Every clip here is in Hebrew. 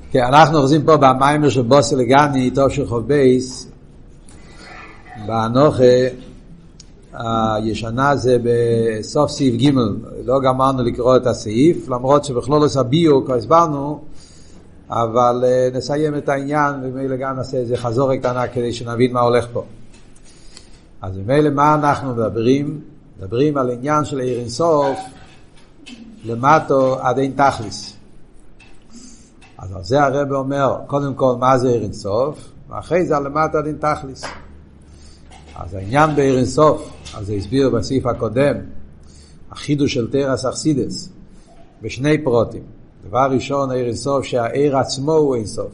כן, אנחנו אוחזים פה במיימר של בוסי לגני, טוב של חוב בייס, באנוכה, הישנה זה בסוף סעיף ג', לא גמרנו לקרוא את הסעיף, למרות שבכלולוס הביו כבר הסברנו, אבל נסיים את העניין, ומילא גם נעשה איזה חזור קטנה כדי שנבין מה הולך פה. אז במילא מה אנחנו מדברים? מדברים על עניין של עיר אין סוף, למטו עד אין תכליס. אז על זה הרב אומר, קודם כל מה זה עיר אין סוף, ואחרי זה למטו עד אין תכליס. אז העניין בעיר אין סוף, אז זה הסביר בסעיף הקודם, החידוש של תרס אכסידס, בשני פרוטים. דבר ראשון, העיר אין סוף, שהעיר עצמו הוא אין סוף.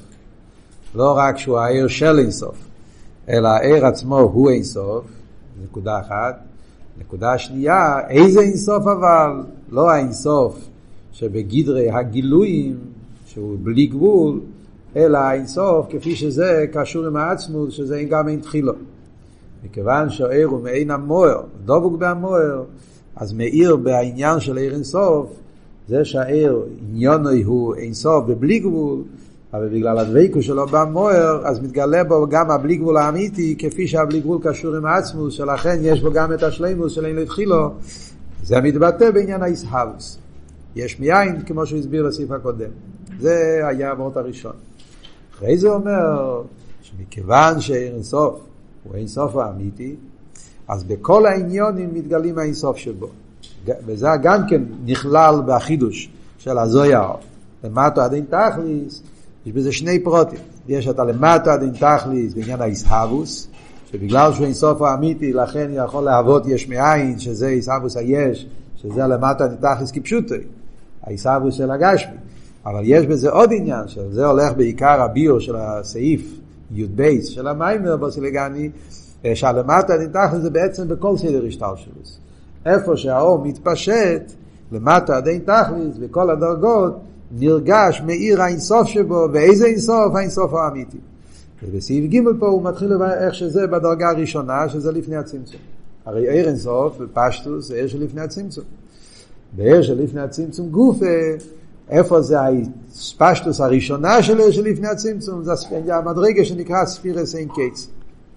לא רק שהוא העיר של אין סוף, אלא העיר עצמו הוא אין סוף, נקודה אחת. נקודה שנייה, איזה אין סוף אבל? לא האין סוף שבגדרי הגילויים, שהוא בלי גבול, אלא האין סוף כפי שזה קשור עם העצמות, שזה גם אין תחילו. מכיוון שהעיר הוא מעין המוער, דבוק בהמוער, אז מאיר בעניין של עיר אין סוף, זה שהעיר עניונו הוא אין סוף ובלי גבול, אבל בגלל הדבקות שלו במוער, אז מתגלה בו גם הבלי גבול האמיתי, כפי שהבלי גבול קשור עם העצמות, שלכן יש בו גם את השלימות של אין לתחילו. זה מתבטא בעניין הישהבוס. יש מיין, כמו שהוא הסביר בסעיף הקודם. זה היה המות הראשון. אחרי זה אומר, שמכיוון שאין סוף, הוא אין סוף האמיתי, אז בכל העניונים מתגלים האין סוף שבו. וזה גם כן נכלל בחידוש של הזויר. למטו עד אין תכליס, יש בזה שני פרוטים. יש את הלמטו עד אין תכליס בעניין הישהבוס, שבגלל שהוא אין סוף האמיתי, לכן יכול להוות יש מאין, שזה הישהבוס היש, שזה הלמטו עד אין תכליס כפשוטו, הישהבוס של הגשמי. אבל יש בזה עוד עניין, שזה הולך בעיקר הביור של הסעיף י' בייס של המיימר בוסי לגני, שהלמטו עד אין תכליס זה בעצם בכל סדר השתלשלות. איפה שהאור מתפשט, למטו עד אין תכליס, בכל הדרגות, נרגש מאיר האינסוף שבו, ואיזה אינסוף? האינסוף האמיתי. ובסעיף ג' פה הוא מתחיל איך שזה בדרגה הראשונה, שזה לפני הצמצום. הרי עיר אינסוף ופשטוס זה עיר שלפני הצמצום. בעיר שלפני הצמצום גופה, איפה זה הפשטוס הראשונה של עיר שלפני הצמצום? זה המדרגה שנקרא ספירס אין קץ.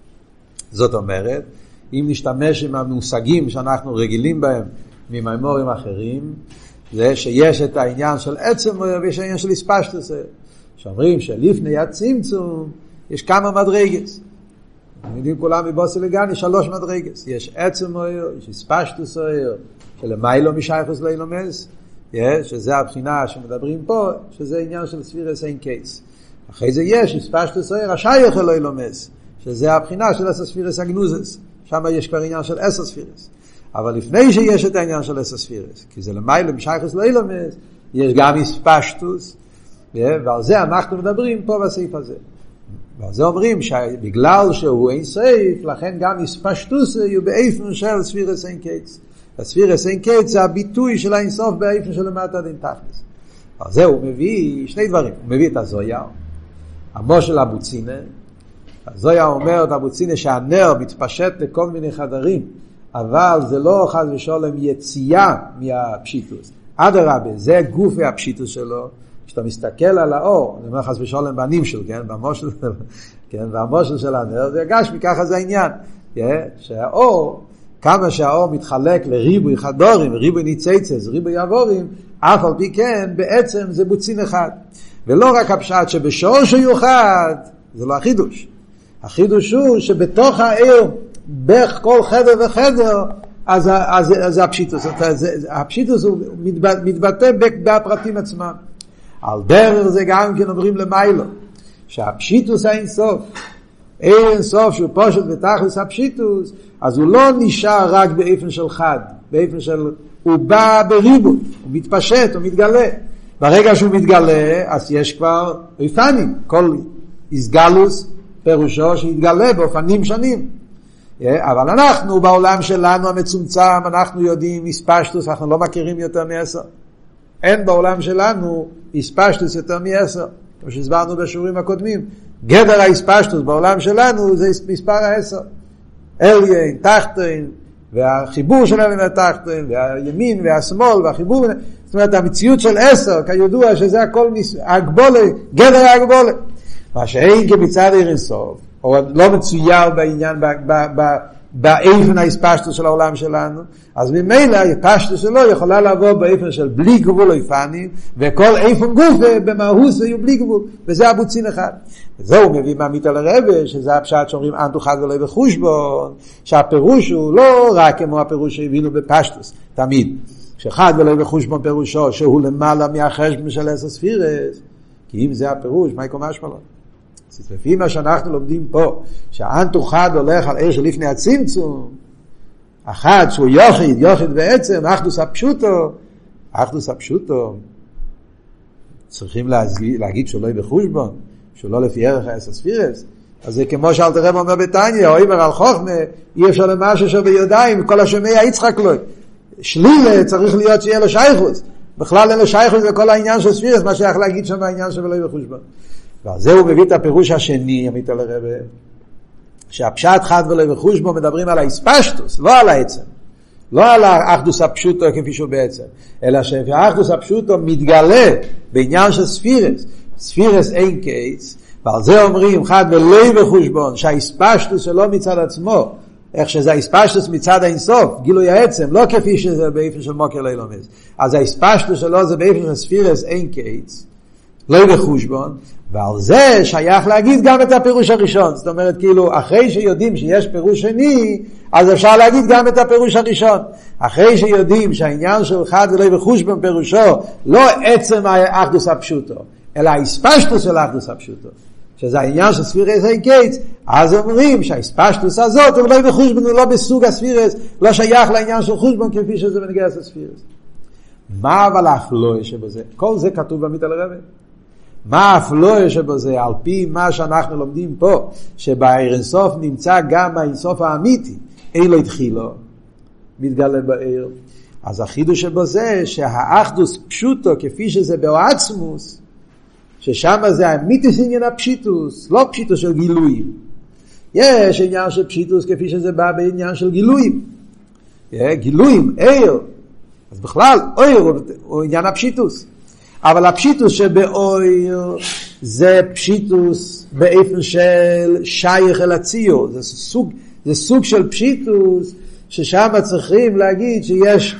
זאת אומרת, אם נשתמש עם המושגים שאנחנו רגילים בהם ממיימורים אחרים, זה שיש את העניין של עצם ויש העניין של הספשטוס. שאומרים שלפני הצמצום יש כמה מדרגס. יודעים כולם מבוסי לגני 3 מדרגס. יש עצם אויר, יש הספשטוס אויר, שלמיילו משייכוס לא ילומס, שזה הבחינה שמדברים פה, שזה עניין של ספירס אין קייס. אחרי זה יש הספשטוס אויר, השייך לא ילומס, שזה הבחינה של 10 ספירס הגנוזס. שם יש כבר עניין של 10 ספירס. אבל לפני שיש את העניין של 10 ספירס, כי זה למיילו משייכוס לא ילומס, יש גם הספשטוס, ועל זה אנחנו מדברים פה בסעיף הזה. ועל זה אומרים שבגלל שהוא אין סעיף, לכן גם הספשטוס הוא באיפן של ספירס אין קץ. הספירס אין קץ זה הביטוי של האינסוף באיפן של למטה עד אין תכלס. על זה הוא מביא שני דברים. הוא מביא את הזויר, עמו של אבוצינה. הזויר אומר את אבוצינה שהנר מתפשט לכל מיני חדרים, אבל זה לא חס ושלום יציאה מהפשיטוס. אדרבה, זה גוף הפשיטוס שלו. כשאתה מסתכל על האור, אני אומר חס ושלום בנים שלו, כן? והמושל של הנר, זה גשמי, ככה זה העניין. שהאור, כמה שהאור מתחלק לריבוי חדורים, ריבוי ניצצס, ריבוי יבורים, אף על פי כן, בעצם זה בוצין אחד. ולא רק הפשט שבשור שיוחד, זה לא החידוש. החידוש הוא שבתוך העיר, בכל חדר וחדר, אז הפשיטוס. הפשיטוס הוא מתבטא בפרטים עצמם. על דרך זה גם כן אומרים למיילו, שהפשיטוס האינסוף, אינסוף שהוא פושט ותכלס הפשיטוס, אז הוא לא נשאר רק באיפן של חד, באיפן של, הוא בא בריבוי, הוא מתפשט, הוא מתגלה. ברגע שהוא מתגלה, אז יש כבר אופנים, כל איסגלוס פירושו שהתגלה באופנים שונים. אבל אנחנו בעולם שלנו המצומצם, אנחנו יודעים מספשטוס, אנחנו לא מכירים יותר מ10. אין בעולם שלנו הספשטוס יותר מ10, כמו שהסברנו בשיעורים הקודמים. גדר ההספשטוס בעולם שלנו זה מספר 10. עליין, תחתין, והחיבור שלהם לתחתין, והימין והשמאל והחיבור, זאת אומרת, המציאות של 10, כידוע שזה הכל הגבולה, גדר הגבולה. מה שאין כמצד עיר אינסוף, או לא מצויר בעניין, באיפן ההספשטות של העולם שלנו, אז ממילא ההספשטות שלו יכולה לעבור באיפן של בלי גבול איפנים, וכל איפן גוף במהוס יהיו בלי גבול, וזה הבוצין אחד. וזהו מביא מעמית על הרבה, שזה הפשט שאומרים אנטו חד ולא בחושבון, שהפירוש הוא לא רק כמו הפירוש שהבינו בפשטוס, תמיד, שחד ולא בחושבון פירושו, שהוא למעלה מהחשבון של 10 ספירס, כי אם זה הפירוש, מה יקום משמע לו? לפי מה שאנחנו לומדים פה, שהאנטו חד הולך על עיר שלפני הצמצום, אחד שהוא יוחיד בעצם, אחדוס הפשוטו, צריכים להגיד שהוא לא יהיה בחושבון, שהוא לא לפי ערך 10 ספירס, אז זה כמו שאלתר רב אומר בתניא, או אימר על חוכמה, אי אפשר למשהו שווה ידיים, כל השומע יצחק לו, שלילה צריך להיות שיהיה לו שייכוס, בכלל אין לו שייכוס לכל העניין של ספירס, מה שייך להגיד שם העניין שלא יהיה בחושבון. ועל זה הוא מביא את הפירוש השני, עמית על הרבה, שהפשט חד ולא בחושבון מדברים על ההספשטוס, לא על העצם, לא על האחדוס הפשוטו כפי שהוא בעצם, אלא שהאחדוס הפשוטו מתגלה בעניין של ספירס, ספירס אין קייס, ועל זה אומרים חד ולא בחושבון, שההספשטוס שלו מצד עצמו, איך שזה ההספשטוס מצד האינסוף, גילוי העצם, לא כפי שזה באיפן של מוקר לא ילומס, אז ההספשטוס שלו זה באיפן של ספירס אין קייס, לא בחושבון, ועל זה שייך להגיד גם את הפירוש הראשון. זאת אומרת, כאילו, אחרי שיודעים שיש פירוש שני, אז אפשר להגיד גם את הפירוש הראשון. אחרי שיודעים שהעניין של חד ולא בחושבון פירושו, לא עצם האחדוס הפשוטו, אלא ההספשטוס של האחדוס הפשוטו, שזה העניין של ספירס אין קייס, אז אומרים שההספשטוס הזאת, הוא לא בחושבון, הוא לא בסוג הספירס, לא שייך לעניין של חושבון כפי שזה בנגיע לספירס. מה אבל האפלואה שבזה? כל זה כתוב בעמית על הרבה. מה האפלואה שבזה, על פי מה שאנחנו לומדים פה, שבעיר אינסוף נמצא גם האינסוף האמיתי, אין לו התחילו, מתגלה בעיר. אז החידוש שבזה, שהאחדוס פשוטו, כפי שזה בעצמוס, ששם זה האמיתוס עניין הפשיטוס, לא פשיטוס של גילויים. יש עניין של פשיטוס כפי שזה בא בעניין של גילויים. גילויים, עיר. אז בכלל, עיר הוא עניין הפשיטוס. אבל הפשיטוס שבאויר זה פשיטוס באופן של שייך אל הציור, זה סוג של פשיטוס ששם צריכים להגיד שיש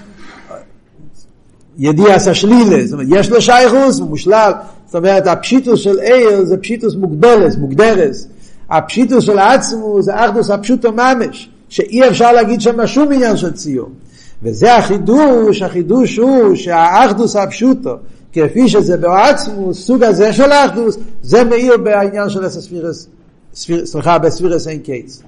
ידיעה שלילה, זאת אומרת יש לו שייכוס ומושלל, זאת אומרת הפשיטוס של איר זה פשיטוס מוגדרס, הפשיטוס של העצמו זה אחדוס הפשוטו ממש, שאי אפשר להגיד שם שום עניין של ציור, וזה החידוש הוא שהאחדוס הפשוטו כפי שזה בעצמו, סוג הזה של האחדוס, זה מאיר בעניין של בספירס אין קייס.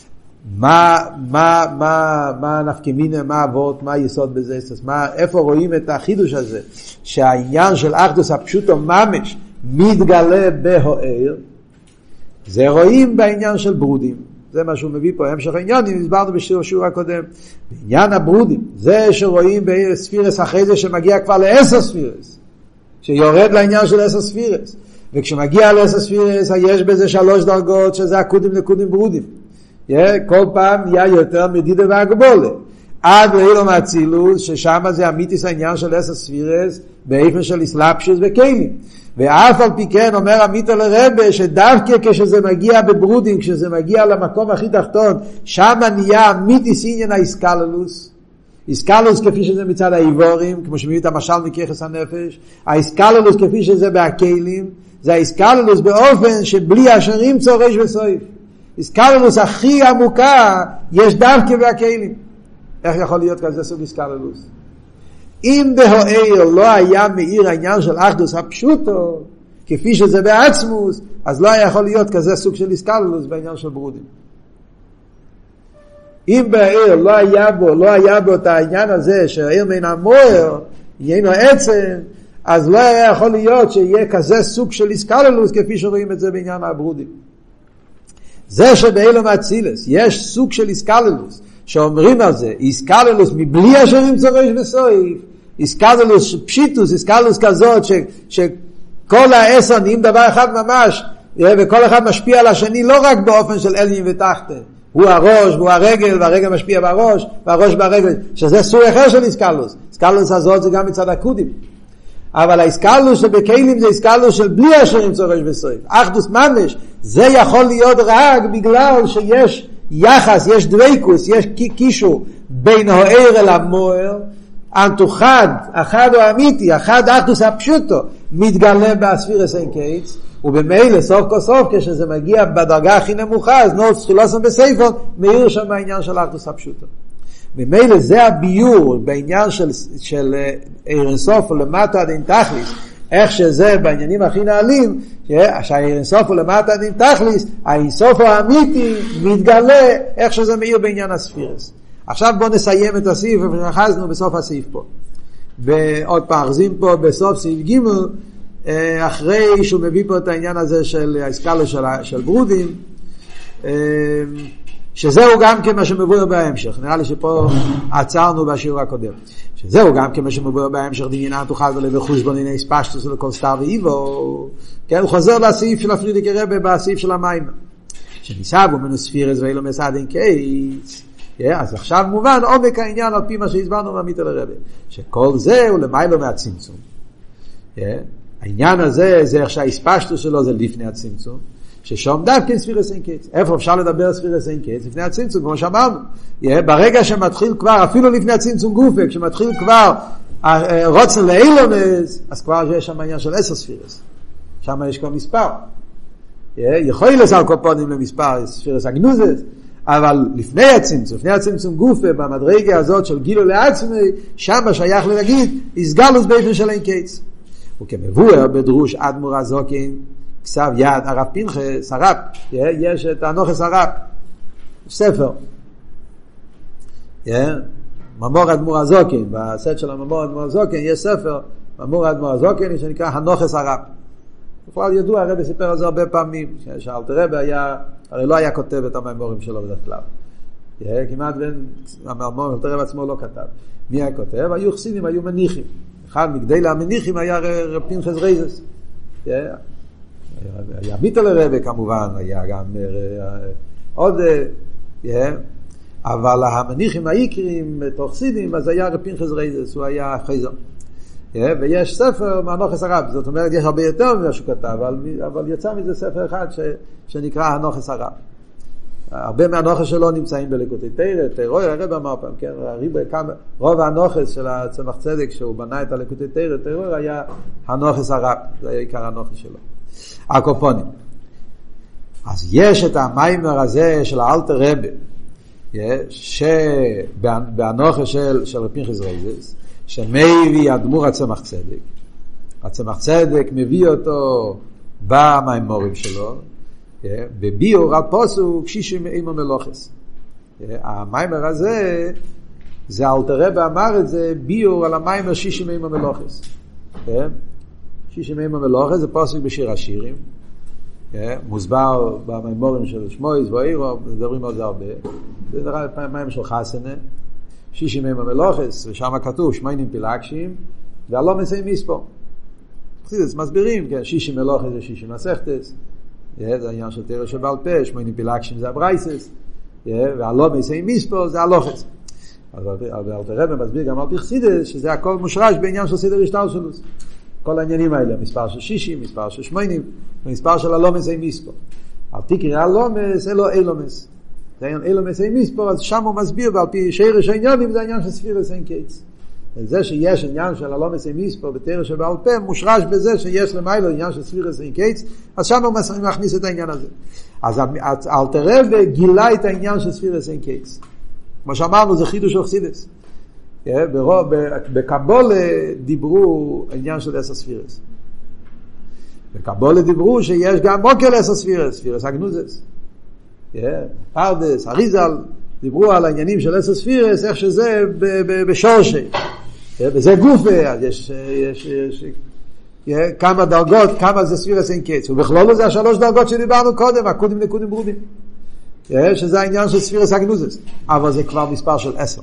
מה נפקמינה, מה אבות, מה יסוד בזה, איפה רואים את החידוש הזה, שהעניין של אחדוס הפשוטו ממש מתגלה בהוער, זה רואים בעניין של ברודים. זה מה שהוא מביא פה, המשך העניין, הסברנו בשיעור הקודם. בעניין הברודים, זה שרואים בספירס אחרי זה שמגיע כבר ל10 ספירס, שיורד לעניין של 10 ספירס, וכשמגיע ל10 ספירס, יש בזה 3 דרגות, שזה הקודים לקודים ברודים. כל פעם נהיה יותר מדידה והגבולה. עד לאילום האצילוס, ששם זה אמיתיס העניין של 10 ספירס, באופן של אסלאפשוס וכלים. ואף על פי כן אומר עמית על הרבה, שדווקא כשזה מגיע בברודים, כשזה מגיע למקום הכי תחתון, שם נהיה אמיתיס עניין האסקללוס. איסקללוס כפי שזה מצד האיבורים, כמו שמביא את המשל מכיחס הנפש, האיסקללוס כפי שזה בהכלים, זה האיסקללוס באופן שבלי השרים צורש וסויף. איסקללוס הכי עמוקה יש דווקא בהכלים. איך יכול להיות כזה סוג איסקללוס? אם בהוער לא היה מאיר העניין של אחדוס הפשוטו, כפי שזה בעצמוס, אז לא היה יכול להיות כזה סוג של איסקללוס בעניין של ברודים. אם בהעיר לא היה בו את העניין הזה שהעיר מן המוער, יהיינו עצם, אז לא היה יכול להיות שיהיה כזה סוג של איסקללוס כפי שרואים את זה בעניין הברודים. זה שבאילום האצילס יש סוג של איסקללוס, שאומרים על זה, איסקללוס מבלי השרים צורש וסויף, איסקללוס פשיטוס, איסקללוס כזאת שכל 10 נהיים דבר אחד ממש, וכל אחד משפיע על השני לא רק באופן של עליין ותחתן, הוא הראש והוא הרגל, והרגל משפיע בראש, והראש ברגל, שזה סוג אחר של איסקללוס. הסקלוס הזאת זה גם מצד הקודים. אבל ההסקלוס שבכלים זה הסקלוס של בלי השרים צורש וסויף. אחדוס ממש, זה יכול להיות רק בגלל שיש יחס, יש דוויקוס, יש קישור בין העיר אל המוער, אנטו חד, החד הוא אמיתי, החד אחדוס הפשוטו, מתגלה בספירס אין קייץ, ובמילא סוף כל סוף כשזה מגיע בדרגה הכי נמוכה, אז נור סחילוסם בסייפון, מאיר שם העניין של אחדוס הפשוטו. במילא זה הביור בעניין של עיר אינסוף ולמטה עד אין תכליס, איך שזה בעניינים הכי נעלים, שהעיר אינסוף ולמטה עד אין תכליס, האינסוף האמיתי מתגלה איך שזה מאיר בעניין הספירס. עכשיו בואו נסיים את הסעיף, וחזנו בסוף הסעיף פה. ועוד פעם, ארזים פה בסוף סעיף ג' אחרי שהוא מביא פה את העניין הזה של ההסקלה של ברודים, שזהו גם כמה שמבואר בהמשך. נראה לי שפה עצרנו בשיעור הקודם. שזהו גם כמה שמבואר בהמשך, דמיינן תוכל ולבחוש בניני ספשטוס לכל סתר ואיבו. כן, הוא חוזר לסעיף של הפרידיקי רבי בסעיף של המים. שניסבו מנוספירס ואילו מסעדין קייץ. אז עכשיו מובן עומק העניין על פי מה שהסברנו מהמיתו לרבי. שכל זה הוא למיילו מהצמצום. העניין הזה זה איך שההספשטוס שלו זה לפני הצמצום. ששום דווקא ספירס אין קץ. איפה אפשר לדבר ספירס אין קץ? לפני הצמצום, כמו שאמרנו. ברגע שמתחיל כבר, אפילו לפני הצמצום גופה, כשמתחיל כבר רוצן לאילומס, אז כבר יש שם העניין של 10 ספירס. שם יש כבר מספר. יכול לסל קופונים למספר ספירס הגנוזס, אבל לפני הצמצום גופה, במדרגה הזאת של גילו לעצמי, שם שייך להגיד, הסגלוס באופן של אין קץ. וכמבואר בדרוש אדמו"ר הזוקין, כסב יד הרב פנחס הרב, יש את הנוחס הרב, ספר, ממור אדמו"ר הזוקין, בסט של הממור אדמו"ר הזוקין יש ספר, ממור אדמו"ר הזוקין שנקרא הנוחס הרב. בפועל ידוע, הרב סיפר על זה הרבה פעמים, שאלת הרב היה, הרי לא היה כותב את הממורים שלו בדרך כלל, כמעט בין הממור, אלת הרב עצמו לא כתב. מי היה כותב? היו חסידים, היו מניחים. אחד מגדלי המניחים היה רב פנחס רייזס. היה מיתו לרבי כמובן, היה גם עוד, אבל המניחים העיקריים תוך סידים, אז היה רב פנחס רייזס, הוא היה חייזר. ויש ספר מהנוחס הרב, זאת אומרת יש הרבה יותר ממה שהוא כתב, אבל יצא מזה ספר אחד שנקרא הנוחס הרב. הרבה מהנוחס שלו נמצאים בליקוטי תורה, תורה, הרב אמר פעם, כן, רוב הנוחס של הצמח צדק שהוא בנה את הליקוטי תורה היה הנוחס הרב, זה היה עיקר הנוחס שלו. הקופונים. אז יש את המיימר הזה של האלטר רבי, שבאנוכה של רב פנחס רייזס, שמביא אדמו"ר הצמח צדק. הצמח צדק מביא אותו במיימורים שלו, בביור על פוסוק 60 אימו מלוכס. המיימר הזה, זה האלטר רבי אמר את זה, ביור על המיימר 60 אימו מלוכס. 60 אימו מלוכס, זה פוסק בשיר השירים. מוסבר במיימורים של שמואל ואירו, מדברים על זה הרבה. זה נראה מיימר של חסנה. 60 אימו מלוכס, ושם כתוב שמיינים פילגשים, והלא מסיים מספור. מסבירים, 60 מלוכס זה 60 מסכתס. זה העניין של תורה שבעל פה, שמיינים פילגשים זה הברייסס, והלא מסיים מספור זה הלוכס. אבל אלתר רבי מסביר גם על פי חסידות, שזה הכל מושרש בעניין של סדר השתלשלות. כל העניינים האלה, מספר של 60, מספר של 80, מספר של הלומס אין מספור. על תיקרי הלומס, אלו אילומס. זה העניין אילומס אין מספור, אז שם הוא מסביר, ועל פי שרש העניינים, זה העניין של ספירס אין קץ. זה שיש עניין של הלומס אין מספור, בתורה שבעל פה, מושרש בזה שיש למיילו עניין של ספירס אין קץ, אז שם הוא מכניס את העניין הזה. אז אלתר רבי גילה את העניין של ספירס אין קץ. כמו שאמרנו, זה חידוש של חסידות. בקבולה דיברו עניין של 10 ספירס. בקבולה דיברו שיש גם מוקר 10 ספירס, ספירס הגנוזס. פרדס, אריזל, דיברו על העניינים של 10 ספירס, איך שזה בשורשי. וזה גופה, אז יש כמה דרגות, כמה זה ספירס אין קץ. ובכלולו זה 3 דרגות שדיברנו קודם, הקודים נקודים ברודים. שזה העניין של ספירס הגנוזס. אבל זה כבר מספר של 10.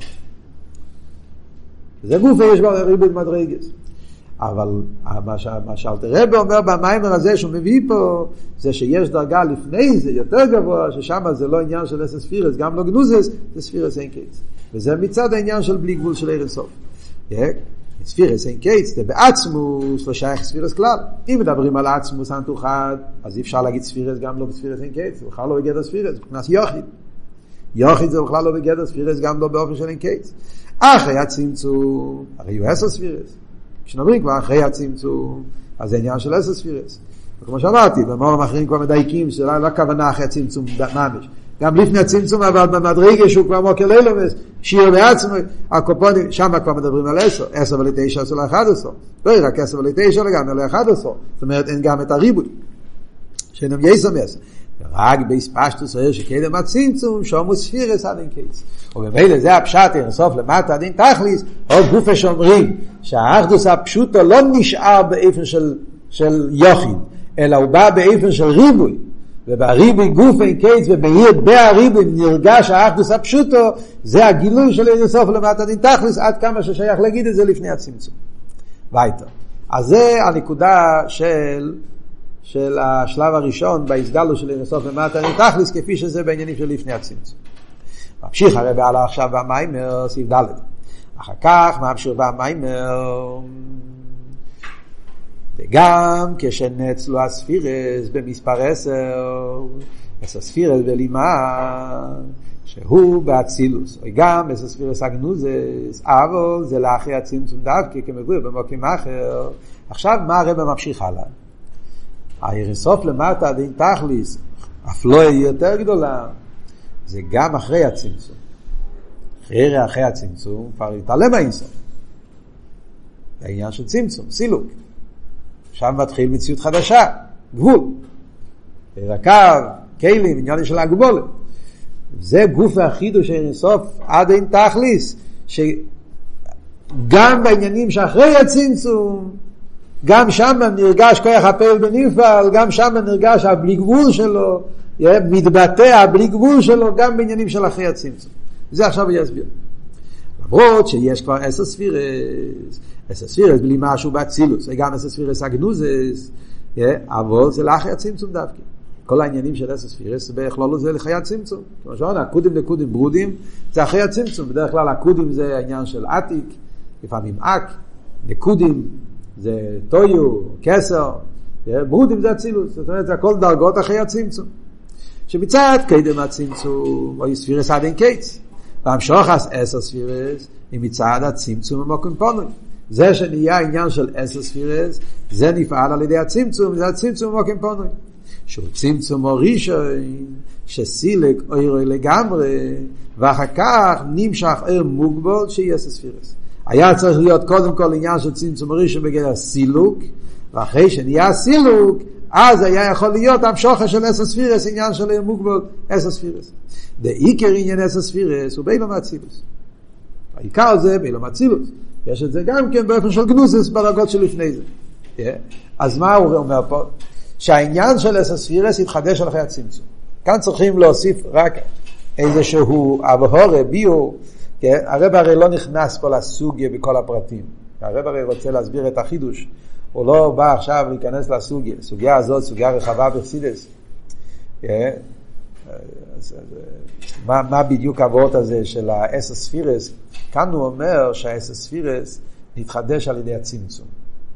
זה גוף ויש בו ריבוד מדרגס. אבל מה שאלתר רבי אומר במיימר הזה שהוא מביא פה, זה שיש דרגה לפני זה יותר גבוה, ששם זה לא עניין של 10 ספירס, גם לא גנוזס, זה ספירס אין קץ. וזה מצד העניין של בלי גבול של ערן סוף. ספירס אין קץ, זה בעצמוס, לא שייך ספירס כלל. אם מדברים על עצמוס אנתוחד, אז אי אפשר להגיד ספירס גם לא בספירס אין קץ, זה בכלל לא בגדר ספירס, זה כנס יוחיד. יוחיד זה בכלל לא בגדר ספירס, גם לא באופן של אין קץ. אחרי הצמצום, הרי יהיו 10 ספירס. כשנאמרים כבר אחרי הצמצום, אז זה עניין של 10 ספירס. וכמו שאמרתי, במורים אחרים כבר מדייקים, שלא הכוונה אחרי הצמצום ממש. גם לפני הצמצום, אבל במדרגה שהוא כבר מוקר לילומס, שיר בעצמו, הקופונים, שם כבר מדברים על 10, 10 ול-9, 10 ל-11. לא רק 10 ול-9, אלא גם ל-11. זאת אומרת, אין גם את הריבוי. שאינם יסם 10. רק בהספשטוס רואה שקדם הצמצום, שומו ספירס עד אין קץ. ובמילא זה הפשט, אינסוף למטה עד אין תכליס, עוד גופה שאומרים, שהאחדוס הפשוטו לא נשאר באיפן של יוחיד, אלא הוא בא באיפן של ריבוי. ובריבוי גוף אין קץ, ובהיד בהריבוי נרגש האחדוס הפשוטו, זה הגילוי של אינסוף למטה עד אין תכליס, עד כמה ששייך להגיד את זה לפני הצמצום. ואיתו. אז זה הנקודה של השלב הראשון בהסגלו של אינסוף למטה עד אין תכליס, כפי שזה בעניינים של לפני הצמצום. ממשיך הרב הלאה עכשיו במיימר, סעיף ד'. אחר כך ממשיך במיימר, וגם כשנצלו הספירס במספר 10, 10 ספירס בלימה, שהוא באצילוס, או גם 10 ספירס אגנוזס, אבל זה לאחרי הצמצום דווקא כמבואר במוקים אחר. עכשיו מה הרב ממשיך הלאה? האינסוף למטה עד אין תכליס, אף לא יהיה יותר גדולה, זה גם אחרי הצמצום. אחרי הצמצום כבר יתעלם האינסוף. זה העניין של צמצום, סילוק. שם מתחיל מציאות חדשה, גבול. רקב, כלים, עניין של הגבולת. זה גוף החידוש האינסוף עד אין תכליס, שגם בעניינים שאחרי הצמצום, גם שם נרגש כוח הפעל בנפעל, גם שם נרגש הבלי גבול שלו, מתבטא בלי גבול שלו, גם בעניינים של אחרי הצמצום. זה עכשיו אני אסביר. למרות שיש כבר 10 ספירס, 10 ספירס בלי משהו באצילוס, וגם 10 ספירס אגנוזס, אבל זה לאחרי הצמצום דווקא. כל העניינים של 10 ספירס, בכללו זה לחיי הצמצום. כמו שאומרים, הקודים לקודים ברודים, זה אחרי הצמצום. בדרך כלל הקודים זה העניין של עתיק, לפעמים אק, נקודים זה טויו, כסר, ברודים זה הצילוס. זאת אומרת, זה הכל דרגות אחרי הצמצום. שמצד קדם הצמצום, או ספירס עד אין קץ. והמשוחס 10 ספירס, היא מצד הצמצום במוקם פונוי. זה שנהיה העניין של 10 ספירס, זה נפעל על ידי הצמצום, זה הצמצום במוקם פונוי. שהוא צמצום ראשון, שסילק אוירו לגמרי, ואחר כך נמשך אור מוגבל שיהיה 10 ספירס. היה צריך להיות קודם כל עניין של צמצום ראשון בגדר סילוק, ואחרי שנהיה סילוק, אז היה יכול להיות המשוחס של 10 ספירס, עניין של אור מוגבל 10 ספירס. העיקר עניין 10 ספירס הוא באילום אצילוס. העיקר זה באילום אצילוס. יש את זה גם כן באופן של גנוזס בדרגות שלפני זה. אז מה הוא אומר פה? שהעניין של 10 ספירס יתחדש על אחרי הצמצום. כאן צריכים להוסיף רק איזשהו הבהורה, ביו, הרב הרי לא נכנס פה לסוגיה בכל הפרטים. הרב הרי רוצה להסביר את החידוש. הוא לא בא עכשיו להיכנס לסוגיה. הסוגיה הזאת, סוגיה רחבה בחסידות. מה בדיוק העבוד הזה של 10 ספירס? כאן הוא אומר שה10 ספירס נתחדש על ידי הצמצום.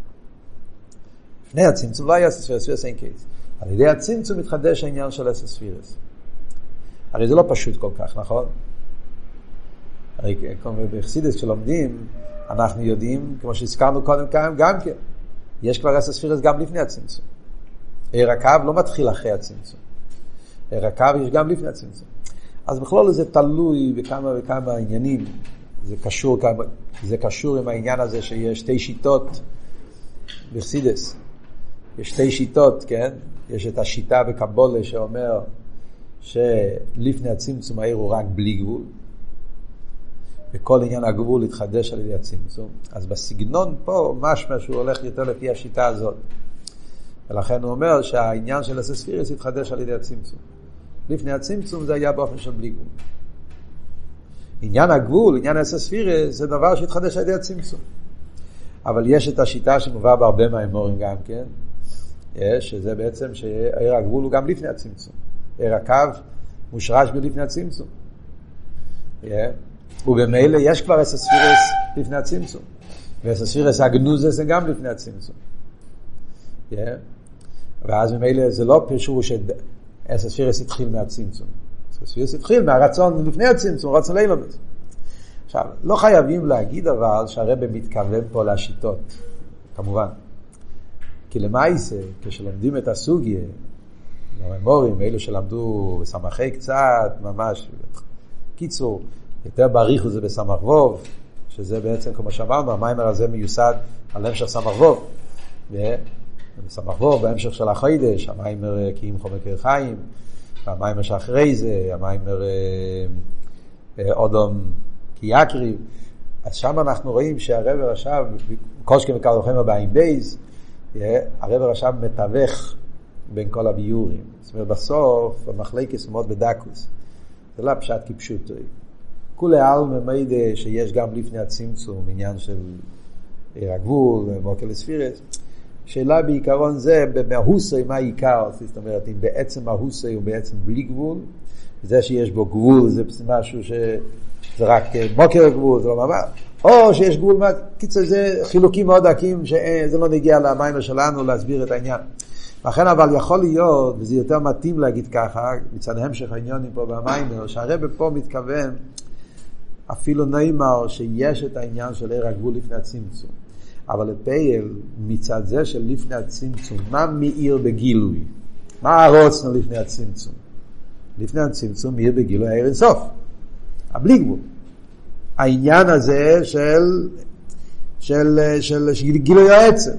לפני הצמצום לא היה 10 ספירס, ספירס אין קייס. על ידי הצמצום מתחדש העניין של 10 ספירס. הרי זה לא פשוט כל כך, נכון? הרי בחסידות שלומדים, אנחנו יודעים, כמו שהזכרנו קודם גם כן, יש כבר 10 ספירס גם לפני הצמצום. הקו לא מתחיל אחרי הצמצום. הקו יש גם לפני הצמצום. אז בכלול זה תלוי בכמה וכמה עניינים. זה קשור עם העניין הזה שיש 2 שיטות בחסידות. יש 2 שיטות, כן? יש את השיטה בקבולה שאומר שלפני הצמצום העיר הוא רק בלי גבול. וכל עניין הגבול יתחדש על ידי הצמצום. אז בסגנון פה משמע שהוא הולך יותר לפי השיטה הזאת. ולכן הוא אומר שהעניין של 10 ספירס יתחדש על ידי הצמצום. לפני הצמצום זה היה באופן של בלי גבול. עניין הגבול, עניין 10 ספירס, זה דבר שהתחדש על ידי הצמצום. אבל יש את השיטה שמובא בהרבה מהאמורים גם כן, שזה בעצם שעיר הגבול הוא גם לפני הצמצום. עיר הקו מושרש בלפני הצמצום. ובמילא יש כבר 10 ספירס לפני הצמצום. והספירס הגנוזה זה גם לפני הצמצום. ואז ממילא זה לא פשור שהספירס התחיל מהצמצום. הספירס התחיל מהרצון לפני הצמצום, רצון לילומס. עכשיו, לא חייבים להגיד אבל שהרבא מתכוון פה לשיטות, כמובן. כי למעשה, כשלומדים את הסוגיה, הממורים, אלו שלמדו בסמכי קצת, ממש, קיצור, יותר בעריכות זה בסמך ווב, שזה בעצם, כמו שאמרנו, המיימר הזה מיוסד על המשך סמך ווב. בסמך ווב, בהמשך של החיידש, המיימר קיים חומר חיים, והמיימר שאחרי זה, המיימר אודום כי יקריב. אז שם אנחנו רואים שהרב רש"ב, קושקה וקל וחמר בעין בייז, הרב רש"ב מתווך בין כל הביורים. זאת אומרת, בסוף המחלקת מאוד בדקוס. זה לא פשט כפשוט. כולי אלמה מידע שיש גם לפני הצמצום, עניין של הגבול, מוקל ספירס. שאלה בעיקרון זה, במהוסי מה העיקר? זאת אומרת, אם בעצם מהוסי הוא בעצם בלי גבול, זה שיש בו גבול זה משהו שזה רק מוקר גבול, זה לא ממש. או שיש גבול, קיצור זה חילוקים מאוד עקים, שזה לא נגיע למיימר שלנו להסביר את העניין. לכן אבל יכול להיות, וזה יותר מתאים להגיד ככה, מצד המשך העניונים פה במיימר, שהרבא פה מתכוון, אפילו נאמר שיש את העניין של עיר הגבול לפני הצמצום. אבל לפייל, מצד זה של לפני הצמצום, מה מאיר בגילוי? מה הרוצנו לפני הצמצום? לפני הצמצום מאיר בגילוי העיר אינסוף. הבלי גבול. העניין הזה של גילוי העצם.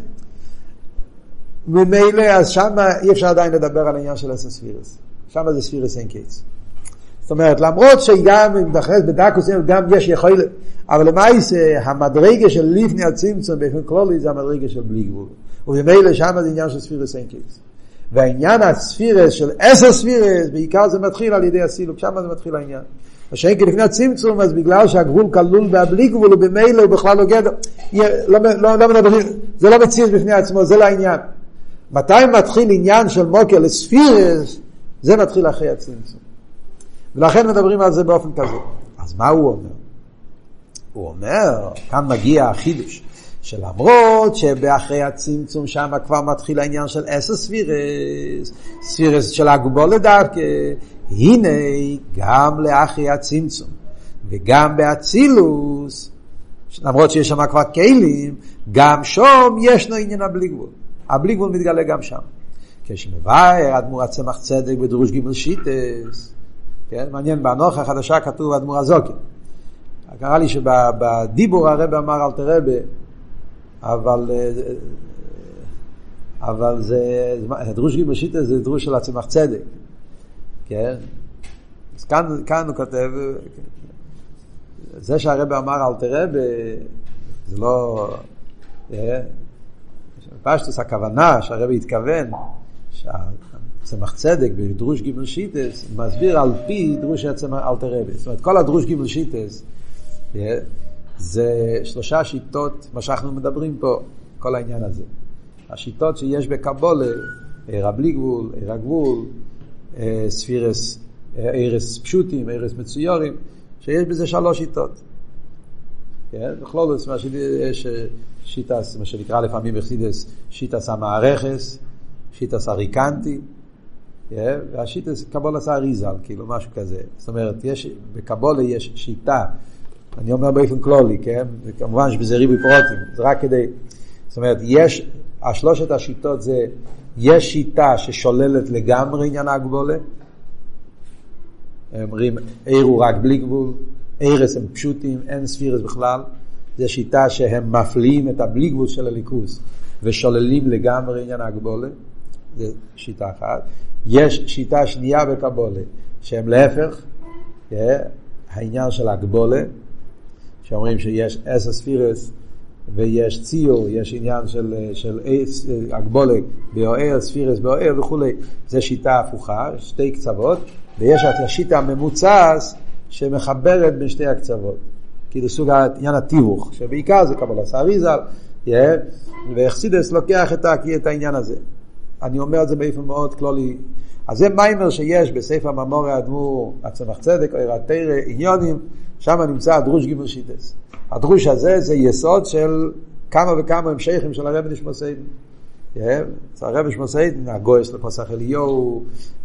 ממילא, אז שם אי אפשר עדיין לדבר על העניין של עשר ספירס. שם זה ספירס אין קיץ. זאת אומרת, למרות שגם אם דחרס בדקוס, גם יש יכול, אבל למעשה, המדרגה של לפני הצמצום, באופן כללי, זה המדרגה של בלי גבול. וממילא, שם זה עניין של ספירס אין קיץ. והעניין הספירס של עשר ספירס, בעיקר זה מתחיל על ידי הסילוק, שם זה מתחיל העניין. השאין כי לפני הצמצום, אז בגלל שהגבול כלול בהבלי גבול, ובמילא הוא בכלל לא גדר, לא מדברים, זה לא מציץ בפני עצמו, זה לא העניין. מתי מתחיל עניין של מוקר לספירס, זה מתחיל אחרי הצמצום. ולכן מדברים על זה באופן כזה. אז מה הוא אומר? הוא אומר, כאן מגיע החידוש, שלמרות שבאחרי הצמצום שם כבר מתחיל העניין של עשר ספירס, ספירס של הגבול דווקא, הנה גם לאחרי הצמצום, וגם באצילוס, למרות שיש שם כבר כלים, גם שום ישנו עניין הבלי גבול. הבלי גבול מתגלה גם שם. כשמבאר אדמו"ר הצמח צדק בדרוש ג' שיטס, כן? מעניין, באנוך החדשה כתוב אדמו"ר הזוקי. קרא לי שבדיבור הרב אמר אל תרבה, אבל זה, דרוש ג' שיטס זה דרוש של הצמח צדק. כן? אז כאן הוא כותב, זה שהרב אמר אל תרבה, זה לא, פשטוס הכוונה שהרב התכוון, שהצמח צדק בדרוש ג' שיטס מסביר על פי דרוש הצמח אל תרבה. זאת אומרת, כל הדרוש ג' שיטס זה שלושה שיטות, מה שאנחנו מדברים פה, כל העניין הזה. השיטות שיש בקבולה, עיר הבלי גבול, עיר הגבול, ספירס, עירס פשוטים, עירס מצויורים, שיש בזה שלוש שיטות. כן? בכלולוס, יש שיטס, מה שנקרא לפעמים בחסידות, שיטס המערכס, שיטס הריקנטי, והשיטס קבולת האריזל, כאילו משהו כזה. זאת אומרת, בקבולה יש שיטה, אני אומר באופן כללי, כן? וכמובן שבזה ריבוי פרוטים, זה רק כדי, זאת אומרת, השלושת השיטות זה, יש שיטה ששוללת לגמרי עניין הגבולה, אומרים, עיר הוא רק בלי גבול, עירס הם פשוטים, אין ספירס בכלל, זה שיטה שהם מפליאים את הבלי גבול של הליכוס, ושוללים לגמרי עניין הגבולה, זה שיטה אחת. יש שיטה שנייה בקבולה, שהם להפך, העניין של הגבולה, שאומרים שיש עשר ספירס, ויש ציור, יש עניין של הגבולה, באוהר, ספירס באוהר וכו'. זה שיטה הפוכה, שתי קצוות, ויש את השיטה הממוצעת שמחברת בין שתי הקצוות. כאילו סוג העניין התיווך, שבעיקר זה קבלת האריזל, וחסידס לוקח את העניין הזה. אני אומר את זה באופן מאוד כללי. אז זה מיימר שיש בספר ממורי האדמו"ר הצמח צדק, או התורה עניונים, שם נמצא הדרוש ג' שיטס. הדרוש הזה זה יסוד של כמה וכמה המשכים של הרב נשמע סיידן. הרב נשמע סיידן, הגויס לפסח אליהו,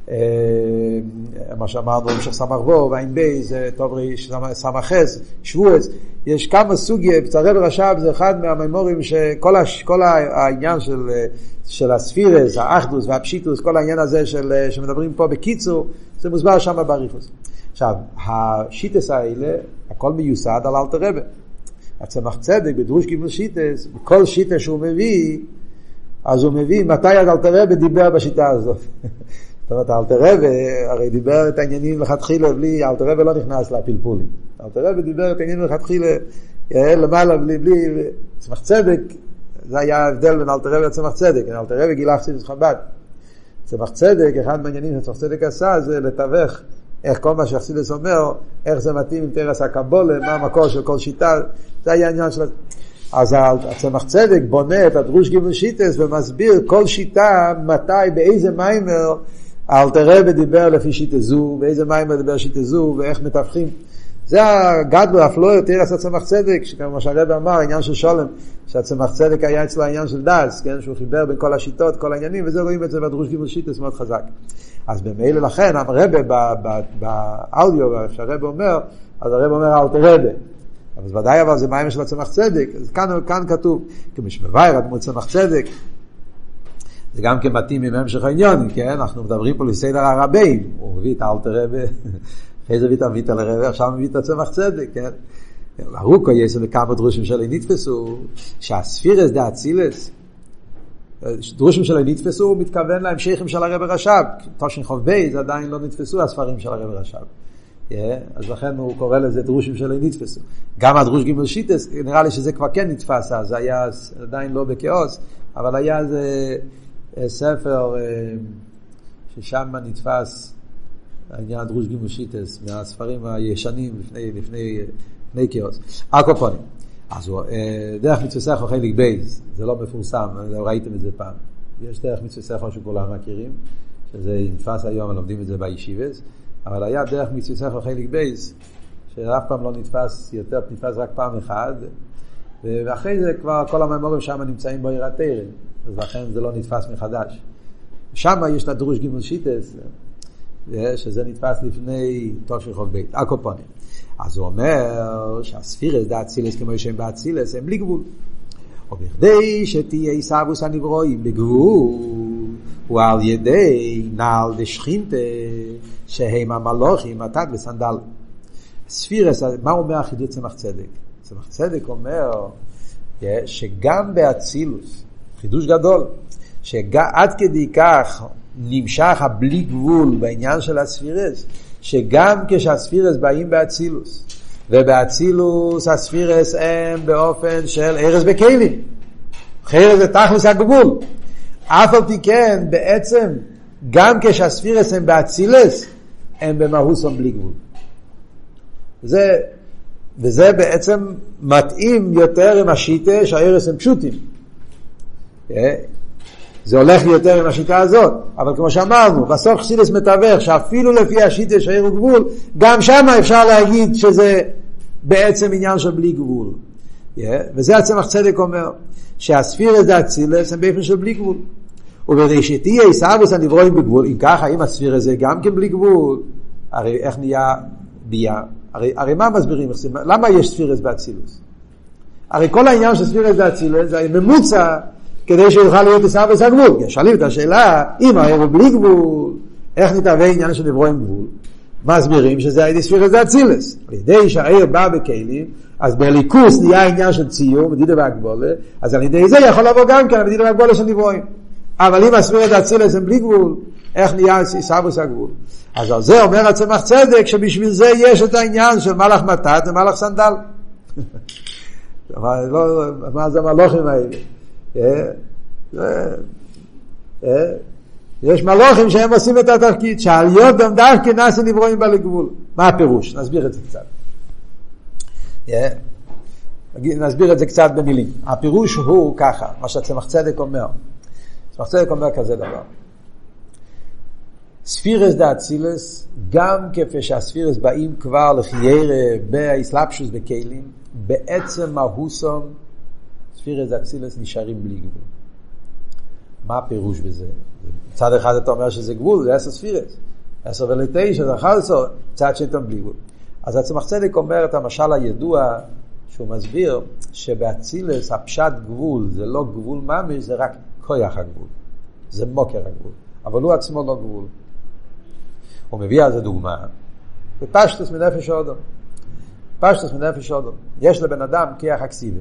מה שאמרנו, המשך סמך בו, ועין בייז, טוב ריש, סמך חס, שבועץ, יש כמה סוגיה, הרב רש"ב זה אחד מהמימורים שכל העניין של הספירס, האחדוס והפשיטוס, כל העניין הזה שמדברים פה בקיצור, זה מוסבר שם באריכות. עכשיו, השיטס האלה, הכל מיוסד על אלתר רבי. הצמח צדק, בדרוש ג' שיטס, בכל שיטה שהוא מביא, אז הוא מביא מתי אלתר רבי דיבר בשיטה הזאת. זאת אומרת, אלתר רבי הרי דיבר את העניינים לכתחילה, אלתר רבי לא נכנס לפלפולים. אלתר רבי דיבר את העניינים לכתחילה, למעלה, בלי צמח צדק, זה היה ההבדל בין אלתר רבי לצמח צדק. אלתר רבי גילה חסידות חב"ד. צמח צדק, אחד מהעניינים שצמח צדק עשה, זה לתווך איך כל מה שחסידות אומר, איך זה מתאים עם תרס הקבולה, מה המקור של כל שיטה, זה היה העניין של... אז הצמח צדק בונה את הדרוש ג' שיטס ומסביר כל שיטה מתי, באיזה מיימר אלתר רבי דיבר לפי שיטה זו, באיזה מיימר דיבר שיטה זו, ואיך מתווכים. זה הגדלו, אף לא יותר עשה צמח צדק, כמו שהרבי אמר, העניין של שולם, שהצמח צדק היה אצלו העניין של דס, כן? שהוא חיבר בין כל השיטות, כל העניינים, וזה רואים את זה בדרוש ג' שיטס מאוד חזק. אז במילא לכן, הרבי באודיו, שהרבי אומר, אז הרבי אומר אלתר רבי. אבל ודאי אבל זה מיימר של הצמח צדק, אז כאן כתוב, כמו שמבאר הדמות צמח צדק, זה גם כן מתאים עם המשך העניין, כן? אנחנו מדברים פה לסדר הרבים, הוא מביא את אלתר רבי, אחרי זה מביא את הרבי, עכשיו מביא את הצמח צדק, כן? הרוקו יש לכמה דרושים שלהם נתפסו, שהספירס דה אצילס, דרושים שלהם נתפסו, הוא מתכוון להמשכים של הרבי רש"ב, תושן חוב בייז עדיין לא נתפסו הספרים של הרבי רש"ב. אז לכן הוא קורא לזה דרושים שלא נתפסו. גם הדרוש ג' שיטס, נראה לי שזה כבר כן נתפס, אז היה עדיין לא בכאוס, אבל היה איזה ספר ששם נתפס העניין הדרוש ג' שיטס, מהספרים הישנים לפני כאוס. הקופונים. אז דרך מצווה סכו חלק בייז, זה לא מפורסם, ראיתם את זה פעם. יש דרך מצווה סכו שכולם מכירים, שזה נתפס היום, לומדים את זה בישיבס, אבל היה דרך מצווה סכו חלק בייז, שאף פעם לא נתפס יותר, נתפס רק פעם אחד, ואחרי זה כבר כל המאמרים שם נמצאים בעיר התורה, אז לכן זה לא נתפס מחדש. שם יש את הדרוש ג' שיטס, שזה נתפס לפני תושן חוב בית, הקופונים. אז הוא אומר שהספירס דה אצילס כמו שהם באצילס הם בלי גבול. ובכדי שתהיה עיסאוווס הנברואים בגבול, ועל ידי נעל דשכינתה שהם המלוכים מתת וסנדל. ספירס, מה אומר החידוש צמח צדק? צמח צדק אומר שגם באצילוס, חידוש גדול, שעד כדי כך נמשך הבלי גבול בעניין של הספירס, שגם כשהספירס באים באצילוס, ובאצילוס הספירס הם באופן של ערס בכלים, חרס זה תכלס הגבול, אף על פי כן בעצם גם כשהספירס הם באצילס הם במהוסם בלי גבול. וזה בעצם מתאים יותר עם השיטה שהערס הם פשוטים, זה הולך יותר עם השיטה הזאת, אבל כמו שאמרנו, בסוף חסידס מתווך שאפילו לפי השיטה שהעיר גבול, גם שם אפשר להגיד שזה בעצם עניין של בלי גבול. וזה הצמח צדק אומר, שהספירס דה אצילס הם באופן של בלי גבול. ובראשיתי עיסאוווס הנברואים בגבול, אם ככה, אם הספירס זה גם כן בלי גבול, הרי איך נהיה ביה? הרי מה מסבירים? למה יש ספירס באצילוס? הרי כל העניין של ספירס דה אצילס זה ממוצע, כדי שיוכל להיות עיסאוווס הגבול. שואלים את השאלה, אם העיר הוא בלי גבול, איך נתהווה עניין של נברואים גבול? מסבירים שזה היה ספירס דה אצילס. על ידי שהעיר בא בכלים, אז בליכוס נהיה עניין של ציור, מדידה והגבולה, אז על ידי זה יכול לבוא גם כן, מדידה והגבולה של נברואים. אבל אם הספירס דה אצילס הם בלי גבול, איך נהיה עיסאוווס הגבול? אז על זה אומר הצמח צדק, שבשביל זה יש את העניין של מלאך מתת ומלאך סנדל. מה זה המלאכים האלה? יש מלאכים שהם עושים את התפקיד, שעל יודם דווקא נעשה נברואים בה לגבול. מה הפירוש? נסביר את זה קצת. נסביר את זה קצת במילים. הפירוש הוא ככה, מה שהצמח צדק אומר. הצמח צדק אומר כזה דבר. ספירס דה אצילס, גם כפי שהספירס באים כבר לחיירה באסלאפשוס בכלים, בעצם מהוסום ספירס אצילס נשארים בלי גבול. מה הפירוש בזה? מצד אחד אתה אומר שזה גבול, זה 10 ספירס. 10 ול9, זה 11, צד שאתם בלי גבול. אז הצמח צדק אומר את המשל הידוע, שהוא מסביר שבאצילס הפשט גבול זה לא גבול ממש, זה רק כוח הגבול. זה מוקר הגבול. אבל הוא עצמו לא גבול. הוא מביא על זה דוגמה. בפשטוס מנפש אודום. פשטוס מנפש אודום. יש לבן אדם כיח אקסיבי.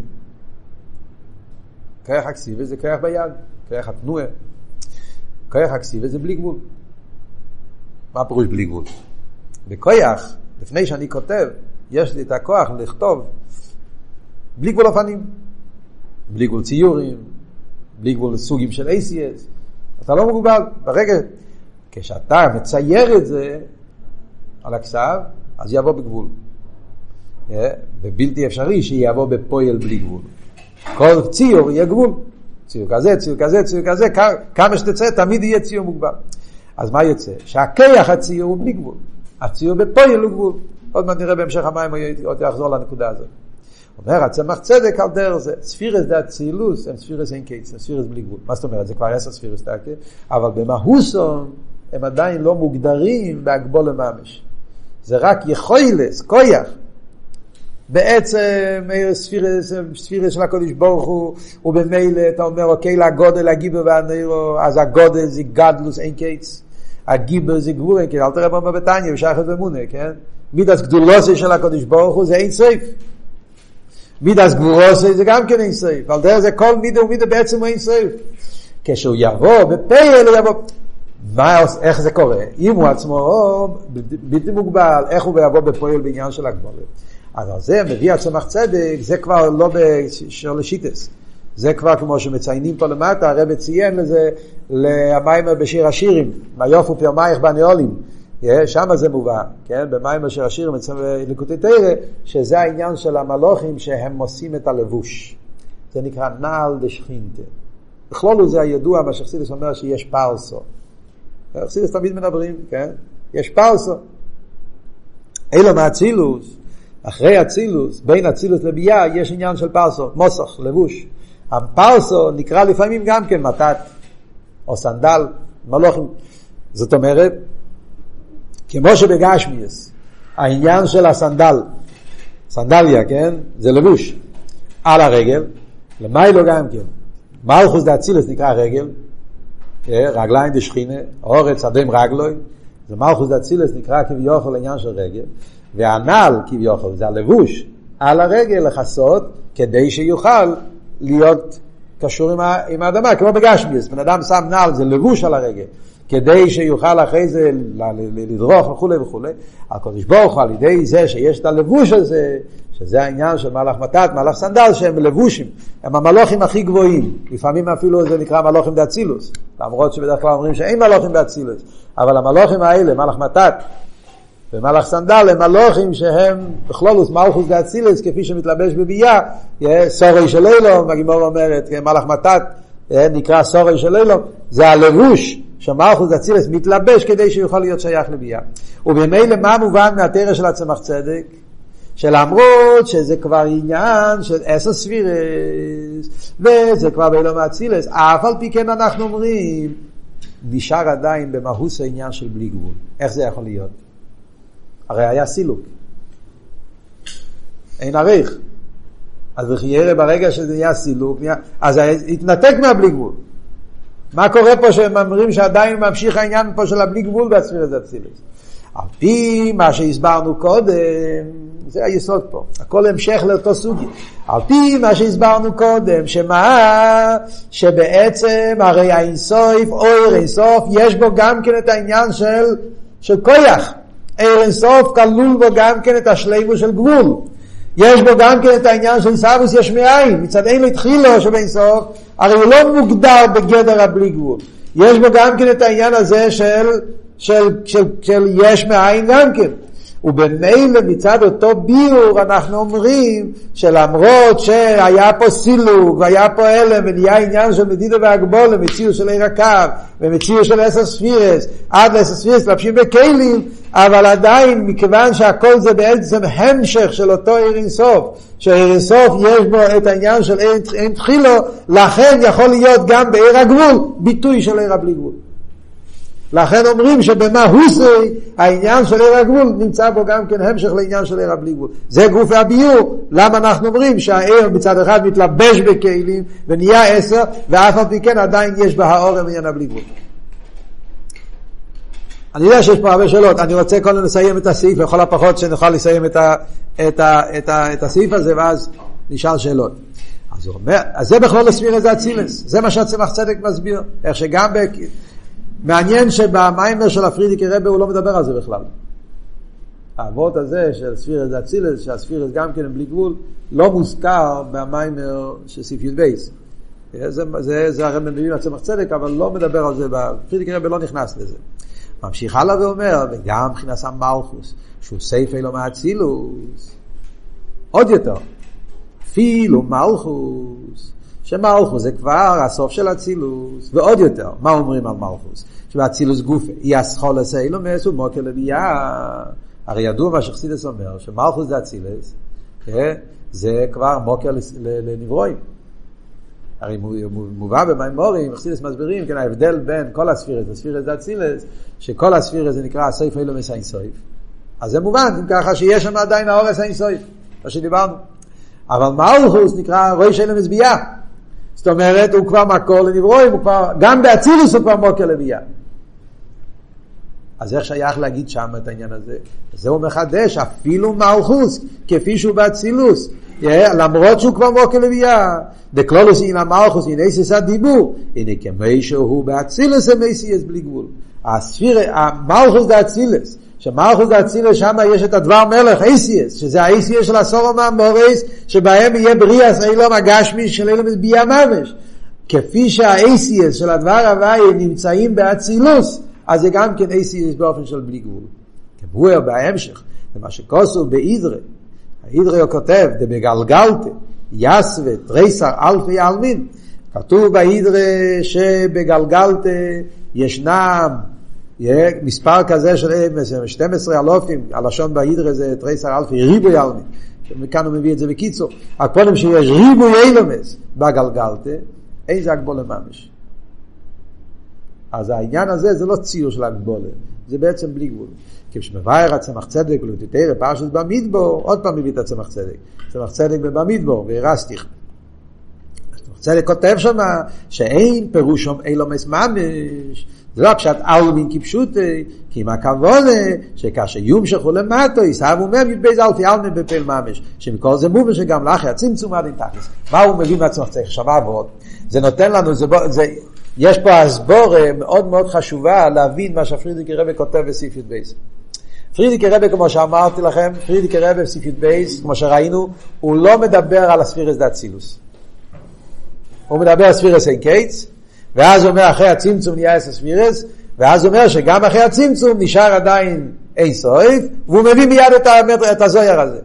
כיח אקסיבי זה כיח ביד. כיח התנועה. כיח אקסיבי זה בלי גבול. מה הפירוש בלי גבול? בכיח, לפני שאני כותב, יש לי את הכוח לכתוב בלי גבול אופנים. בלי גבול ציורים. בלי גבול סוגים של ACS. אתה לא מוגבל. ברגע, כשאתה מצייר את זה על הכסף, אז יבוא בגבול. בבלתי אפשרי שיבוא בפועל בלי גבול. כל ציור יהיה גבול. ציור כזה, ציור כזה, ציור כזה, כמה שתצא, תמיד יהיה ציור מוגבל. אז מה יוצא? שהכיח הציור הוא בלי גבול. הציור בפועל הוא גבול. עוד מעט נראה בהמשך המים, עוד יחזור לנקודה הזאת. אומר, הצמח צדק על דרך זה. ספירס דה צילוס, הם ספירס אין קייץ, הם ספירס בלי גבול. מה זאת אומרת? זה כבר 10 ספירס דקה, אבל במהוסון, הם עדיין לא מוגדרים בהגבול לממש. זה רק יכולס, כוח. בעצם ספירס של הקודש ברוך הוא, ובמילא אתה אומר, אוקיי, לגודל, הגיבר והנאירו, אז הגודל זה גדלוס אין קייץ. הגיבר זה גבול אין קייץ. אל תראה במה בטניה, ושייכת ומונה, כן? מידס גדולוסי של הקודש ברוך הוא זה אין סייף. מידס גבורוסי זה גם כן אין סייף. על דרך זה כל מידה ומידה בעצם הוא אין סייף. כשהוא יבוא בפייל הוא יבוא... איך זה קורה? אם הוא עצמו בלתי מוגבל, איך הוא יבוא בפועל בעניין של הגבולת? אז זה מביא הצמח צדק, זה כבר לא בשור לשיטס. זה כבר כמו שמציינים פה למטה, הרב ציין לזה, למיימר בשיר השירים, מה יופו פרמייך בנאולים. שם זה מובא, כן? במיימר בשיר השירים, ליקוטי תורה, שזה העניין של המלוכים שהם עושים את הלבוש. זה נקרא נעל דשכינתה. בכלול זה הידוע, מה שחסידס אומר שיש פרסו. חסידס תמיד מדברים, כן? יש פרסו. אלו מהצילוס, אחרי הצילוס, בין הצילוס לבייה, יש עניין של פרסו, מוסך, לבוש. הפרסו נקרא לפעמים גם כן מתת, או סנדל, מלוכים. זאת אומרת, כמו שבגשמיאס, העניין של הסנדל, סנדליה, כן? זה לבוש. על הרגל, למיילו גם כן. מלכוס דאצילס נקרא רגל, רגליים דשכינה, אורץ אדם רגלוי, זה מלכוס דאצילס נקרא כביוכל עניין של רגל, והנעל כביוכל, זה הלבוש על הרגל לחסות, כדי שיוכל להיות קשור עם האדמה, כמו בגשמיאס, בן אדם שם נעל, זה לבוש על הרגל, כדי שיוכל אחרי זה לדרוך וכו' וכו'. הקדוש ברוך הוא על ידי זה שיש את הלבוש הזה, שזה העניין של מלאך מתת, מלאך סנדל, שהם לבושים, הם המלוכים הכי גבוהים. לפעמים אפילו זה נקרא מלוכים דאצילוס, למרות שבדרך כלל אומרים שאין מלוכים דאצילוס, אבל המלוכים האלה, מלאך מתת ומלאך סנדל, הם מלוכים שהם בכלולוס מלכוס דאצילוס, כפי שמתלבש בבייה, סורי של אילום, הגימור אומרת, מלאך מתת נקרא סורי של אילום, זה הלבוש שמלכוס דאצילוס מתלבש כדי שיוכל להיות שייך לבייה. ובמילא מה מובן מהתורה של הצמח צדק? שלמרות שזה כבר עניין של 10 ספירס, וזה כבר באילום האצילס, אף על פי כן אנחנו אומרים, נשאר עדיין במהוס העניין של בלי גבול. איך זה יכול להיות? הרי היה סילוק. אין עריך. אז בחיירה ברגע שזה נהיה סילוק, אז התנתק מהבלי גבול. מה קורה פה שהם אומרים שעדיין ממשיך העניין פה של הבלי גבול בספירס האצילס? על פי מה שהסברנו קודם, זה היסוד פה, הכל המשך לאותו סוגי. על פי מה שהסברנו קודם, שבעצם הרי האינסוף, אור אינסוף, יש בו גם כן את העניין של כוח. אור אינסוף כלול בו גם כן את השלימו של גבול. יש בו גם כן את העניין של סבוס יש מאין, מצד אין להתחילו שבאינסוף, הרי הוא לא מוגדר בגדר הבלי גבול. יש בו גם כן את העניין הזה של יש מאין גם כן. ובמילא מצד אותו ביור אנחנו אומרים שלמרות שהיה פה סילוק והיה פה הלם ונהיה עניין של מדידה והגבולה, מציאות של עיר הקו ומציאות של 10 ספירס, עד 10 ספירס לפשים בכלים, אבל עדיין מכיוון שהכל זה בעצם המשך של אותו עיר אינסוף, שעיר אינסוף יש בו את העניין של אין תחילו, לכן יכול להיות גם בעיר הגבול ביטוי של עיר הבלי גבול. לכן אומרים שבמה הוסי העניין של עיר הגבול נמצא בו גם כן המשך לעניין של עיר הבלי גבול. זה גוף הביור. למה אנחנו אומרים שהעיר מצד אחד מתלבש בכלים ונהיה 10 ואף על פי כן עדיין יש בה האור ועניין הבלי גבול. אני יודע שיש פה הרבה שאלות. אני רוצה קודם לסיים את הסעיף, לכל הפחות שנוכל לסיים את הסעיף הזה ואז נשאל שאלות. אז הוא אומר, אז זה בכלל לסביר את זה אצילס. זה מה שהצמח צדק מסביר. איך שגם מעניין שבמיימר של הפרידיקי רבי הוא לא מדבר על זה בכלל. האבות הזה של ספירס אצילס, שהספירס גם כן הם בלי גבול, לא מוזכר במיימר של סעיף י' בייס. זה הרי מביאים לצמח צדק, אבל לא מדבר על זה, הפרידיקי רבי לא נכנס לזה. ממשיך הלאה ואומר, וגם מבחינת המלכוס, שהוא סייף אלו מהאצילוס, עוד יותר, אפילו מלכוס, שמלכוס זה כבר הסוף של אצילוס, ועוד יותר, מה אומרים על מלכוס? שבאצילוס גופה, יסחול עשה אילומס ומוקר לביאה, הרי ידוע מה שחסידס אומר, שמלכוס זה אצילס, זה כבר מוקר לנברואים. הרי מובא במיימורים, חסידס מסבירים, כן, ההבדל בין כל הספירס לספירס זה אצילס, שכל הספירס זה נקרא הסייף אילומס האינסויף. אז זה מובן, ככה שיש שם עדיין האורס האינסויף, מה שדיברנו. אבל מלכוס נקרא ראש אילומס ביאה. זאת אומרת, הוא כבר מקור לנברואים, הוא כבר, גם באצילוס הוא כבר מוקר לביאה. אז איך שייך להגיד שם את העניין הזה? זהו מחדש, אפילו מלכוס, כפי שהוא באצילוס, למרות שהוא כבר מוקר לביאה. דקלולוס אין המלכוס, אין איסיס הדיבור, הנה כמי שהוא באצילוס, הם איסיס בלי גבול. המלכוס זה אצילוס, שמלכוס זה אצילוס, שם יש את הדבר מלך, איסיס, שזה האיסיס של הסורמה מורס, שבהם יהיה בריאס, אילום הגשמי של אילום ביאה ממש. כפי שהאיסיס של הדבר הוואי נמצאים באצילוס, אז זה גם כן איסיס באופן של בלי גבול. כמוה בהמשך, למה שכוסו באידרה, האידרה הוא כותב, דבגלגלת, יסווה, תריסר, אלפי אלמין, כתוב באידרה שבגלגלת ישנם, מספר כזה של 12 אלופים, הלשון באידרה זה תריסר אלפי ריבוי אלמין, מכאן הוא מביא את זה בקיצור, הקודם שיש ריבוי אילומס בגלגלת, אין זה הגבולה ממש. אז העניין הזה זה לא ציור של הגבולה, זה בעצם בלי גבול. כשמבאר הצמח צדק ולתתרא פרשת במדבר, עוד פעם מביא את הצמח צדק. צמח צדק במדבר, והרסתיך. הצמח צדק כותב שם שאין פירושום אילומס ממש, זה לא פשט אלמין כפשוטי, כי אם הכוונה שכאשר יומשכו למטו, יסהבו מהם יתבייז אלפי אלמין בפל ממש, שמכל זה מובן שגם לאחר הצמצום עד אין תכלס. מה הוא מביא מהצמח צדק? שווה ועוד. זה נותן לנו, יש פה הסבורה מאוד מאוד חשובה להבין מה שפרידיקי רבי כותב בסעיף י' בייס. פרידיקי רבי, כמו שאמרתי לכם, פרידיקי רבי בסעיף י' בייס, כמו שראינו, הוא לא מדבר על הספירס דאצילוס. הוא מדבר על ספירס אין קייץ, ואז הוא אומר אחרי הצמצום נהיה ספירס, ואז הוא אומר שגם אחרי הצמצום נשאר עדיין אין סויף, והוא מביא מיד את הזויר הזה.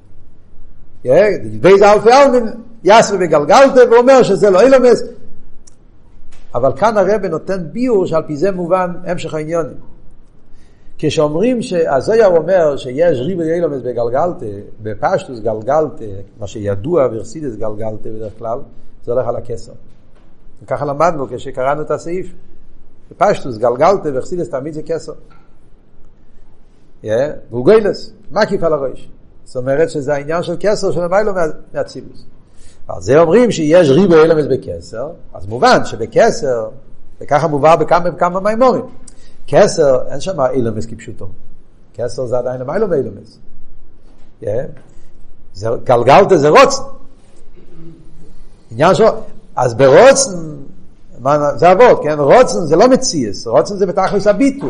בייז אלפי אלמין, יסווה בגלגלת, והוא אומר שזה לא אילומס, אבל כאן הרב נותן ביור שעל פי זה מובן המשך העניונים. כשאומרים שהזויר אומר שיש ריבוי אילומס בגלגלת, בפשטוס גלגלת, מה שידוע ורסידס גלגלת בדרך כלל, זה הולך על הכסר. וככה למדנו כשקראנו את הסעיף. בפשטוס גלגלת ורסידס תמיד זה כסר. גולגלס, מקיף על הראש. זאת אומרת שזה העניין של כסר של המיילו מהצילוס. אז זה אומרים שיש ריבוי אילומס בכסר, אז מובן שבכסר, וככה מובן בכמה מימורים, כסר אין שם אילומס כפשוטו. כסר זה עדיין המיילו באילומס. גלגלת זה רוצן. עניין שלו, אז ברוצן, זה עבוד, כן? רוצן זה לא מציאס, רוצן זה בתכלס הביטול.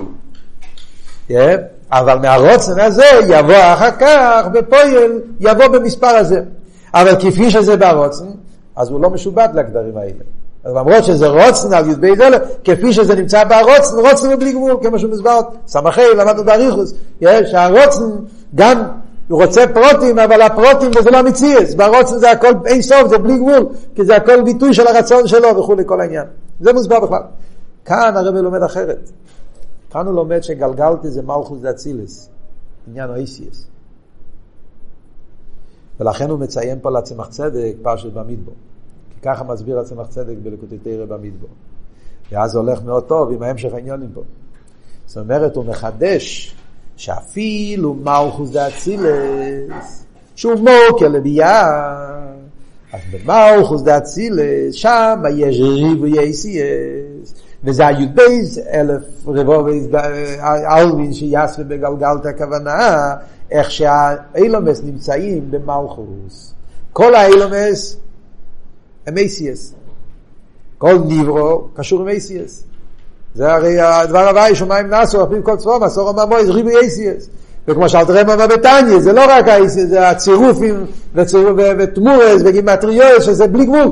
אבל מהרוצן הזה יבוא אחר כך בפועל, יבוא במספר הזה. אבל כפי שזה ברוצן, אז הוא לא משובט להגדרים האלה. למרות שזה רוצן על י"ב דלת, כפי שזה נמצא ברוצן, רוצן ובלי גבול, כמו שהוא מסברת, סמכי, למדנו באריכוס, שהרוצן גם הוא רוצה פרוטים, אבל הפרוטים זה לא מציאס, ברוצן זה הכל אין סוף, זה בלי גבול, כי זה הכל ביטוי של הרצון שלו וכו' כל העניין. זה מוסבר בכלל. כאן הרב לומד אחרת. כאן הוא לומד שגלגלתי זה מלכוס דאצילס, עניין האיסיאס. ולכן הוא מציין פה לצמח צדק פרשת במדבר. כי ככה מסביר הצמח צדק בליקוטי תורה במדבר. ואז הולך מאוד טוב עם ההמשך העניונים פה. זאת אומרת, הוא מחדש שאפילו מלכוס דאצילס, שהוא מוקר לביאה, אז במלכוס דאצילס, שם יש ריבוי איסיאס, וזה הי"ב 1000 רבובי אלווין שיספה בגלגלת הכוונה, איך שהאילומס נמצאים במלכוס. כל האילומס הם איסיאס. כל נברו קשור עם איסיאס. זה הרי הדבר הבא, שמיים נעשו, אפיו כל צבום, עשור הממוי, זה ריבוי איסיאס. וכמו שאלת רמא בבטניה, זה לא רק האיסיאס, זה הצירופים ותמורס וגימטריוס, שזה בלי גבול.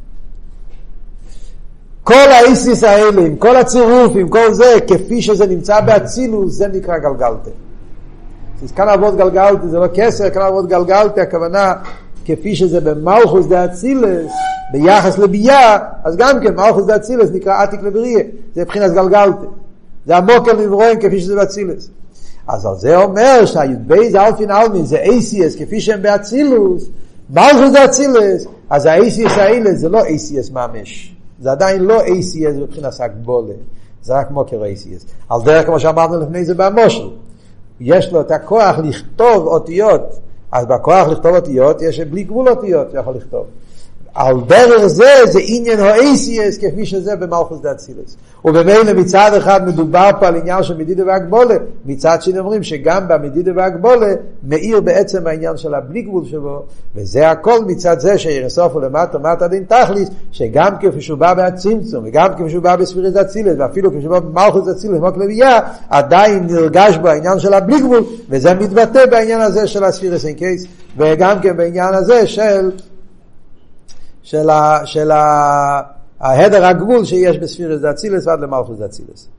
כל האיסיאס האלה, עם כל הצירופים, כל זה, כפי שזה נמצא באצילוס, זה נקרא גלגלתא. אז כאן עבוד גלגלתא, זה לא כסר, כאן עבוד גלגלתא, הכוונה, כפי שזה במלכוס דאצילס, ביחס לביאה, אז גם כן, מלכוס דאצילס נקרא עתיק לבריאה, זה מבחינת גלגלתא. זה המוקר לברואין כפי שזה באצילס. אז על זה אומר שהי"ב אלפין אלמין זה אייסיאס כפי שהם באצילוס, מלכוס דאצילס, אז האייסיאס האלה זה לא אייסיאס ממש. זה עדיין לא אייסיאס מבחינת הגבולה, זה רק מוקר אייסיאס. על דרך כמו שאמרנו לפני זה במושל, יש לו את הכוח לכתוב אותיות, אז בכוח לכתוב אותיות יש בלי גבול אותיות שיכול לכתוב. על דרך זה עניין האיסיאס כפי שזה במלכוס דאצילס. ובמילא מצד אחד מדובר פה על עניין של מדידה והגבולה, מצד שני אומרים שגם במדידה והגבולה מאיר בעצם העניין של הבלי גבול שבו, וזה הכל מצד זה שירסוף ולמטה מטה דין תכליס, שגם כפי שהוא בא בהצמצום, וגם כפי שהוא בא בספירת דאצילס, ואפילו כפי שהוא בא במלכוס דאצילס מוק לביאה, עדיין נרגש בו העניין של הבלי גבול, וזה מתבטא בעניין הזה של הספירת אין קייס, וגם כן בעניין הזה של ההדר הגבול שיש בספירת דאצילס ועד למלכוס דאצילס.